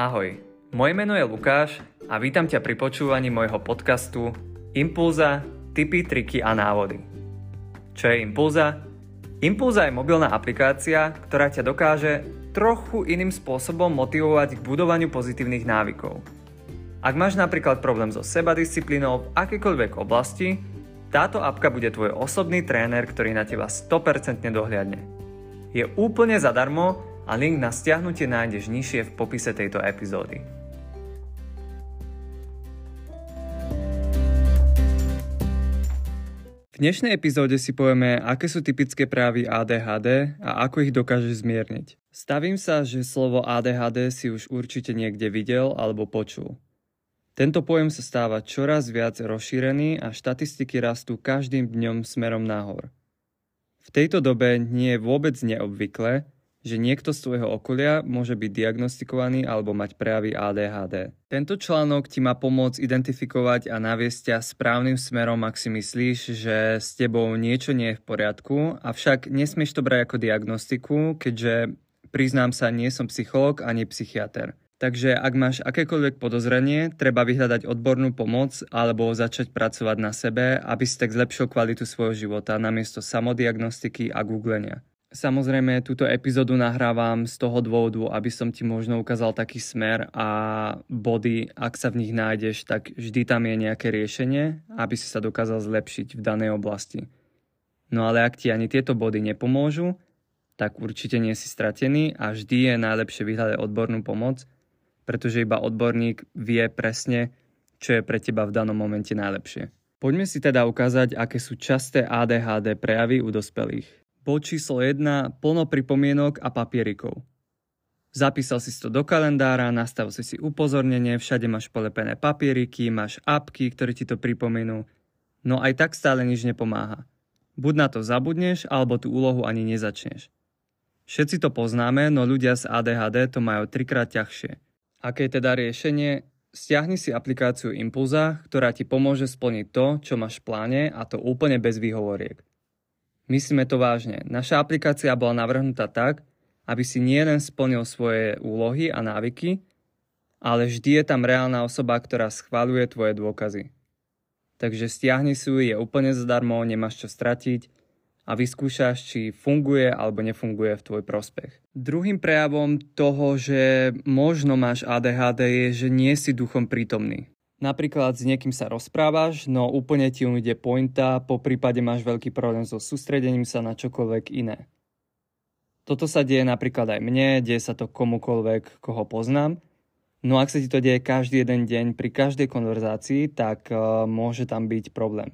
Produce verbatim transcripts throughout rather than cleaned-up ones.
Ahoj, moje meno je Lukáš a vítam ťa pri počúvaní môjho podcastu Impulza, tipy, triky a návody. Čo je Impulza? Impulza je mobilná aplikácia, ktorá ťa dokáže trochu iným spôsobom motivovať k budovaniu pozitívnych návykov. Ak máš napríklad problém so sebadisciplínou v akejkoľvek oblasti, táto apka bude tvoj osobný tréner, ktorý na teba sto percent dohliadne. Je úplne zadarmo a link na stiahnutie nájdeš nižšie v popise tejto epizódy. V dnešnej epizóde si povieme, aké sú typické prejavy á dé há dé a ako ich dokážeš zmierniť. Stavím sa, že slovo á dé há dé si už určite niekde videl alebo počul. Tento pojem sa stáva čoraz viac rozšírený a štatistiky rastú každým dňom smerom nahor. V tejto dobe nie je vôbec neobvyklé, že niekto z tvojho okolia môže byť diagnostikovaný alebo mať prejavy á dé há dé. Tento článok ti má pomôcť identifikovať a naviesť ťa správnym smerom, ak si myslíš, že s tebou niečo nie je v poriadku, avšak nesmieš to brať ako diagnostiku, keďže, priznám sa, nie som psychológ ani psychiater. Takže ak máš akékoľvek podozrenie, treba vyhľadať odbornú pomoc alebo začať pracovať na sebe, aby si tak zlepšil kvalitu svojho života namiesto samodiagnostiky a googlenia. Samozrejme, túto epizódu nahrávam z toho dôvodu, aby som ti možno ukázal taký smer a body, ak sa v nich nájdeš, tak vždy tam je nejaké riešenie, aby si sa dokázal zlepšiť v danej oblasti. No ale ak ti ani tieto body nepomôžu, tak určite nie si stratený a vždy je najlepšie vyhľadať odbornú pomoc, pretože iba odborník vie presne, čo je pre teba v danom momente najlepšie. Poďme si teda ukázať, aké sú časté á dé há dé prejavy u dospelých. Bod číslo jeden, plno pripomienok a papierikov. Zapísal si to do kalendára, nastavil si si upozornenie, všade máš polepené papieriky, máš apky, ktoré ti to pripomenú, no aj tak stále nič nepomáha. Buď na to zabudneš, alebo tú úlohu ani nezačneš. Všetci to poznáme, no ľudia z á dé há dé to majú trikrát ťažšie. Aké je teda riešenie? Stiahni si aplikáciu Impulza, ktorá ti pomôže splniť to, čo máš v pláne, a to úplne bez výhovoriek. Myslíme to vážne. Naša aplikácia bola navrhnutá tak, aby si nielen splnil svoje úlohy a návyky, ale vždy je tam reálna osoba, ktorá schvaľuje tvoje dôkazy. Takže stiahni si ju, je úplne zadarmo, nemáš čo stratiť a vyskúšaš, či funguje alebo nefunguje v tvoj prospech. Druhým prejavom toho, že možno máš á dé há dé, je, že nie si duchom prítomný. Napríklad s niekým sa rozprávaš, no úplne ti ujde pointa, po prípade máš veľký problém so sústredením sa na čokoľvek iné. Toto sa deje napríklad aj mne, deje sa to komukoľvek, koho poznám. No ak sa ti to deje každý jeden deň pri každej konverzácii, tak uh, môže tam byť problém.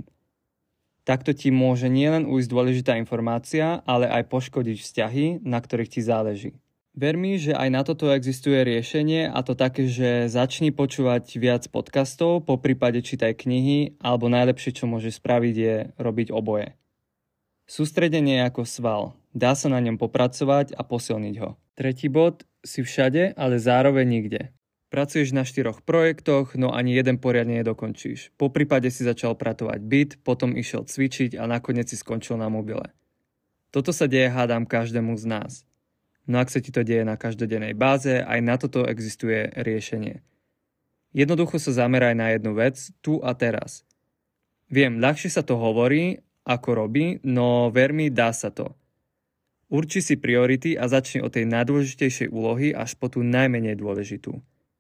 Takto ti môže nielen ujsť dôležitá informácia, ale aj poškodiť vzťahy, na ktorých ti záleží. Ver mi, že aj na toto existuje riešenie, a to také, že začni počúvať viac podcastov, po prípade čítaj knihy, alebo najlepšie, čo môžeš spraviť, je robiť oboje. Sústredenie je ako sval. Dá sa na ňom popracovať a posilniť ho. Tretí bod, si všade, ale zároveň nikde. Pracuješ na štyroch projektoch, no ani jeden poriadne nedokončíš. Po prípade si začal pratovať byt, potom išiel cvičiť a nakoniec si skončil na mobile. Toto sa deje, hádam, každému z nás. No ak sa ti to deje na každodennej báze, aj na toto existuje riešenie. Jednoducho sa zameraj na jednu vec, tu a teraz. Viem, ľahšie sa to hovorí, ako robí, no ver mi, dá sa to. Urči si priority a začni od tej najdôležitejšej úlohy až po tú najmenej dôležitú.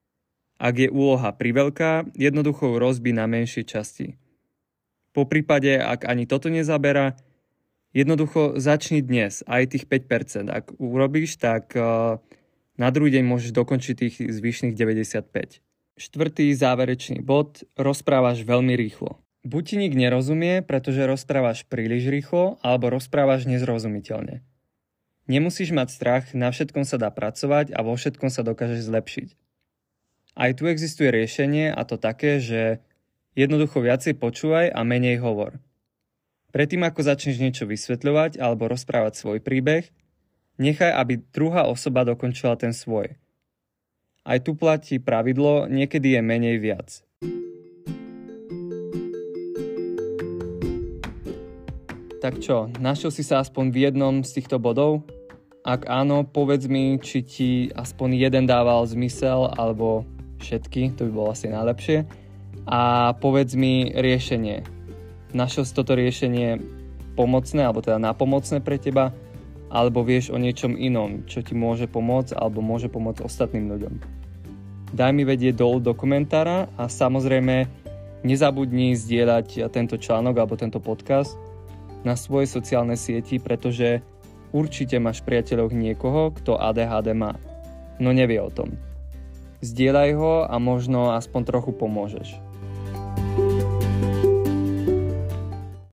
Ak je úloha priveľká, jednoducho ju rozbí na menšie časti. Po prípade, ak ani toto nezaberá, jednoducho začni dnes, aj tých päť percent. Ak urobíš, tak uh, na druhý deň môžeš dokončiť tých zvyšných deväťdesiatpäť. Štvrtý záverečný bod, rozprávaš veľmi rýchlo. Buď ti nik nerozumie, pretože rozprávaš príliš rýchlo, alebo rozprávaš nezrozumiteľne. Nemusíš mať strach, na všetkom sa dá pracovať a vo všetkom sa dokážeš zlepšiť. Aj tu existuje riešenie, a to také, že jednoducho viacej počúvaj a menej hovor. Predtým, ako začneš niečo vysvetľovať alebo rozprávať svoj príbeh, nechaj, aby druhá osoba dokončila ten svoj. Aj tu platí pravidlo, niekedy je menej viac. Tak čo, našiel si sa aspoň v jednom z týchto bodov? Ak áno, povedz mi, či ti aspoň jeden dával zmysel, alebo všetky, to by bolo asi najlepšie. A povedz mi riešenie. Našiel si toto riešenie pomocné, alebo teda napomocné pre teba, alebo vieš o niečom inom, čo ti môže pomôcť, alebo môže pomôcť ostatným ľuďom. Daj mi vedieť dolu do komentára a samozrejme nezabudni zdieľať tento článok alebo tento podcast na svojej sociálnej sieti, pretože určite máš v priateľoch niekoho, kto á dé há dé má, no nevie o tom. Zdieľaj ho a možno aspoň trochu pomôžeš.